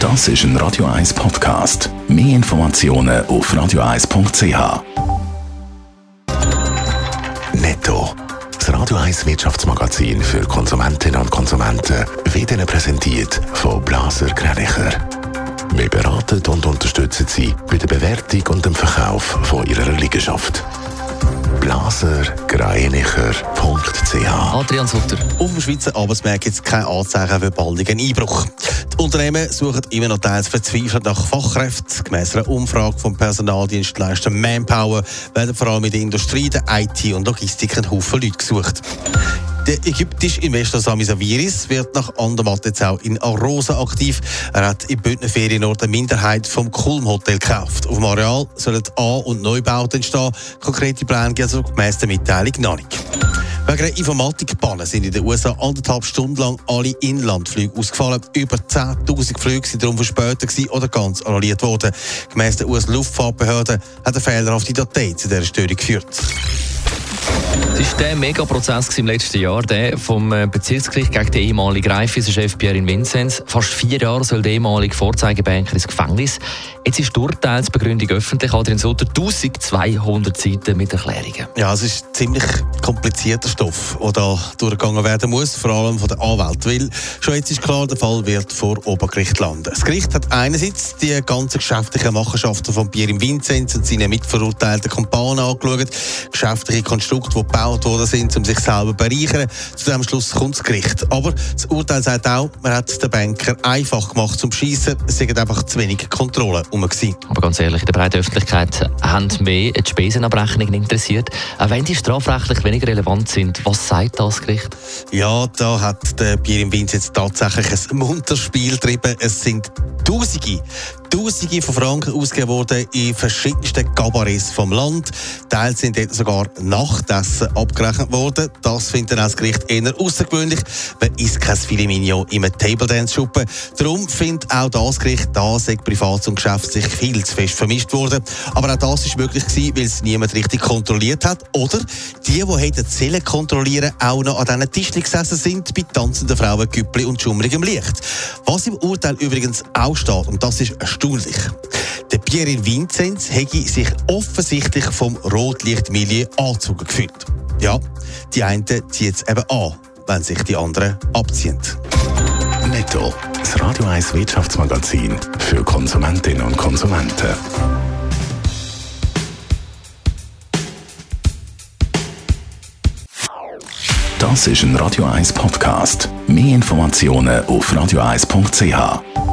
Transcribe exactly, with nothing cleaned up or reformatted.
Das ist ein Radio eins Podcast. Mehr Informationen auf radio eins punkt c h. Netto. Das Radio eins Wirtschaftsmagazin für Konsumentinnen und Konsumenten wird Ihnen präsentiert von Blaser Greinicher. Wir beraten und unterstützen Sie bei der Bewertung und dem Verkauf von Ihrer Liegenschaft. blaser greinicher punkt c h. Adrian Sutter. Auf dem Schweizer Arbeitsmarkt gibt es keine Anzeichen für baldigen Einbruch. Die Unternehmen suchen immer noch teils verzweifelt nach Fachkräften. Gemäss einer Umfrage vom Personaldienstleister Manpower werden vor allem in der Industrie, der I T und Logistik ein Haufen Leute gesucht. Der ägyptische Investor Sami Saviris wird nach Andermatt jetzt auch in Arosa aktiv. Er hat im Bündner Ferienort eine Minderheit vom Kulm Hotel gekauft. Auf dem Areal sollen A- und Neubauten entstehen. Konkrete Pläne gibt es also gemäss der Mitteilung noch nicht. Wegen einer Informatikpanne sind in den U S A anderthalb Stunden lang alle Inlandflüge ausgefallen. Über zehntausend Flüge sind darum verspätet oder ganz annulliert worden. Gemäss der U S-Luftfahrtbehörde hat der Fehler auf die Datei zu dieser Störung geführt. Es war der Megaprozess im letzten Jahr, der vom Bezirksgericht gegen den ehemaligen Raiffeisen-Chef Pierin Vinzenz. Fast vier Jahre soll der ehemalige Vorzeigebanker ins Gefängnis. Jetzt ist die Urteilsbegründung öffentlich. Adrian Sutter, zwölfhundert Seiten mit Erklärungen. Ja, es ist ziemlich komplizierter Stoff, der da durchgegangen werden muss, vor allem von der Anwalt. Weil schon jetzt ist klar, der Fall wird vor Obergericht landen. Das Gericht hat einerseits die ganzen geschäftlichen Machenschaften von Pierin Vinzenz und seinen mitverurteilten Kumpanen angeschaut. Geschäftliche Konstrukte, die gebaut worden sind, um sich selber zu bereichern. Zu dem Schluss kommt das Gericht. Aber das Urteil sagt auch, man hat den Banker einfach gemacht zum Schiessen. Es sind einfach zu wenig Kontrollen herum gewesen. Aber ganz ehrlich, in der breiten Öffentlichkeit haben mehr die Spesenabrechnungen interessiert. Auch wenn die strafrechtlich weniger relevant sind, was sagt das Gericht? Ja, da hat der Pierin Vinzenz tatsächlich ein munteres Spiel getrieben. Es sind Tausende, Tausende von Franken ausgegeben worden in verschiedensten Kabarets vom Land. Teils sind dort sogar Nachtessen abgerechnet worden. Das findet das Gericht eher außergewöhnlich. Man isst kein Filet Mignon in einer Table-Dance-Schuppe. Darum findet auch das Gericht, da sei Privat und Geschäft sich viel zu fest vermischt worden. Aber auch das war möglich gewesen, weil es niemand richtig kontrolliert hat. Oder die, die hätten Zellen kontrollieren, auch noch an diesen Tischen gesessen sind, bei tanzenden Frauen, Güppli und schummerigem Licht. Was im Urteil übrigens auch steht, und das ist erstaunlich. Der Pierin Vinzenz hätte sich offensichtlich vom Rotlichtmilieu angezogen gefühlt. Ja, die einen ziehen es eben an, wenn sich die anderen abziehen. Netto. Das Radio eins Wirtschaftsmagazin für Konsumentinnen und Konsumenten. Das ist ein Radio eins Podcast. Mehr Informationen auf radio eins punkt c h.